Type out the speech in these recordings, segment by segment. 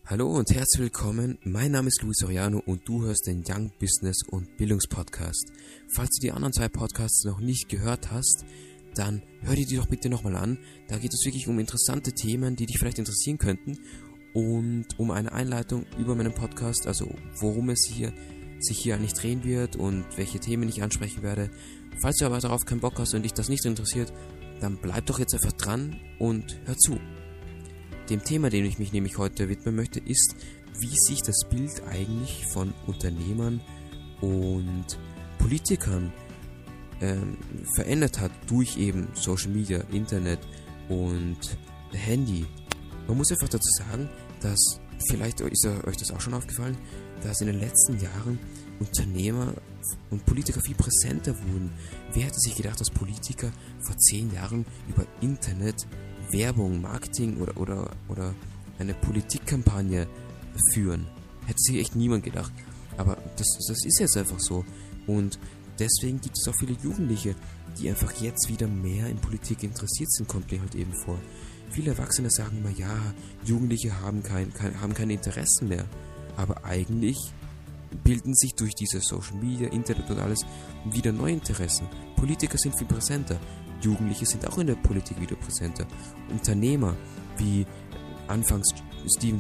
Hallo und herzlich willkommen, mein Name ist Luis Soriano und du hörst den Young Business und Bildungspodcast. Falls du die anderen zwei Podcasts noch nicht gehört hast, dann hör dir die doch bitte nochmal an. Da geht es wirklich um interessante Themen, die dich vielleicht interessieren könnten und um eine Einleitung über meinen Podcast, also worum es sich hier eigentlich drehen wird und welche Themen ich ansprechen werde. Falls du aber darauf keinen Bock hast und dich das nicht interessiert, dann bleib doch jetzt einfach dran und hör zu. Dem Thema, dem ich mich nämlich heute widmen möchte, ist, wie sich das Bild eigentlich von Unternehmern und Politikern verändert hat durch eben Social Media, Internet und Handy. Man muss einfach dazu sagen, dass, vielleicht ist euch das auch schon aufgefallen, dass in den letzten Jahren Unternehmer und Politiker viel präsenter wurden. Wer hätte sich gedacht, dass Politiker vor 10 Jahren über Internet Werbung, Marketing oder eine Politikkampagne führen? Hätte sich echt niemand gedacht. Aber das ist jetzt einfach so. Und deswegen gibt es auch viele Jugendliche, die einfach jetzt wieder mehr in Politik interessiert sind, kommt mir halt eben vor. Viele Erwachsene sagen immer, ja, Jugendliche haben keine Interessen mehr. Aber eigentlich bilden sich durch diese Social Media, Internet und alles wieder neue Interessen. Politiker sind viel präsenter. Jugendliche sind auch in der Politik wieder präsenter. Unternehmer wie anfangs Steve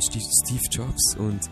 Jobs und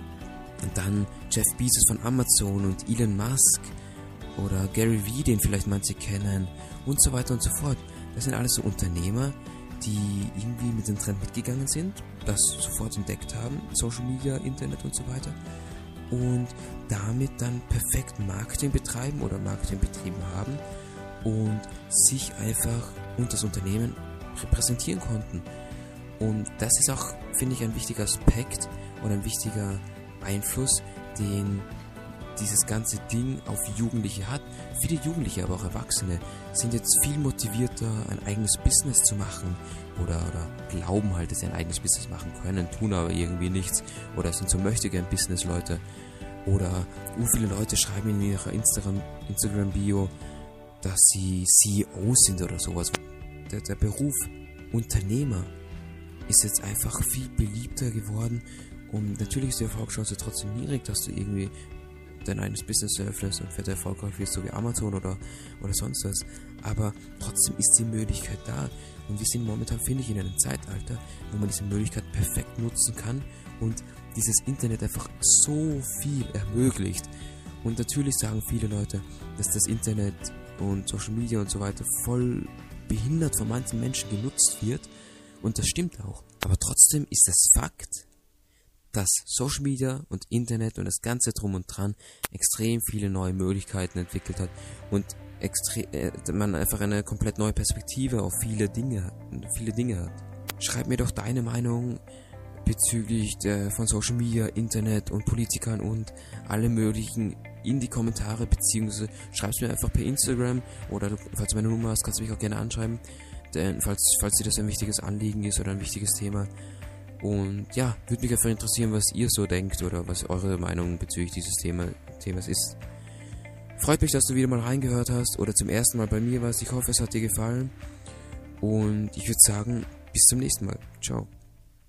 dann Jeff Bezos von Amazon und Elon Musk oder Gary Vee, den vielleicht manche kennen und so weiter und so fort. Das sind alles so Unternehmer, die irgendwie mit dem Trend mitgegangen sind, das sofort entdeckt haben, Social Media, Internet und so weiter, und damit dann perfekt Marketing betreiben oder Marketing betrieben haben und sich einfach und das Unternehmen repräsentieren konnten. Und das ist auch, finde ich, ein wichtiger Aspekt und ein wichtiger Einfluss, den dieses ganze Ding auf Jugendliche hat. Viele Jugendliche, aber auch Erwachsene sind jetzt viel motivierter, ein eigenes Business zu machen oder glauben halt, dass sie ein eigenes Business machen können, tun aber irgendwie nichts oder sind so Möchtegern-Business-Leute oder viele Leute schreiben in ihrer Instagram-Bio, dass sie CEO sind oder sowas. Der Beruf Unternehmer ist jetzt einfach viel beliebter geworden und natürlich ist die Erfolgschance trotzdem niedrig, dass du irgendwie dein eigenes Business eröffnest und fett erfolgreich wirst, so wie Amazon oder sonst was. Aber trotzdem ist die Möglichkeit da und wir sind momentan, finde ich, in einem Zeitalter, wo man diese Möglichkeit perfekt nutzen kann und dieses Internet einfach so viel ermöglicht. Und natürlich sagen viele Leute, dass das Internet und Social Media und so weiter voll behindert von manchen Menschen genutzt wird und das stimmt auch. Aber trotzdem ist es Fakt, dass Social Media und Internet und das ganze Drum und Dran extrem viele neue Möglichkeiten entwickelt hat und man einfach eine komplett neue Perspektive auf viele Dinge hat. Schreib mir doch deine Meinung bezüglich von Social Media, Internet und Politikern und alle möglichen in die Kommentare, beziehungsweise schreib's mir einfach per Instagram oder falls du meine Nummer hast, kannst du mich auch gerne anschreiben, denn falls dir das ein wichtiges Anliegen ist oder ein wichtiges Thema. Und ja, würde mich einfach interessieren, was ihr so denkt oder was eure Meinung bezüglich dieses Themas ist. Freut mich, dass du wieder mal reingehört hast oder zum ersten Mal bei mir warst. Ich hoffe, es hat dir gefallen und ich würde sagen, bis zum nächsten Mal. Ciao.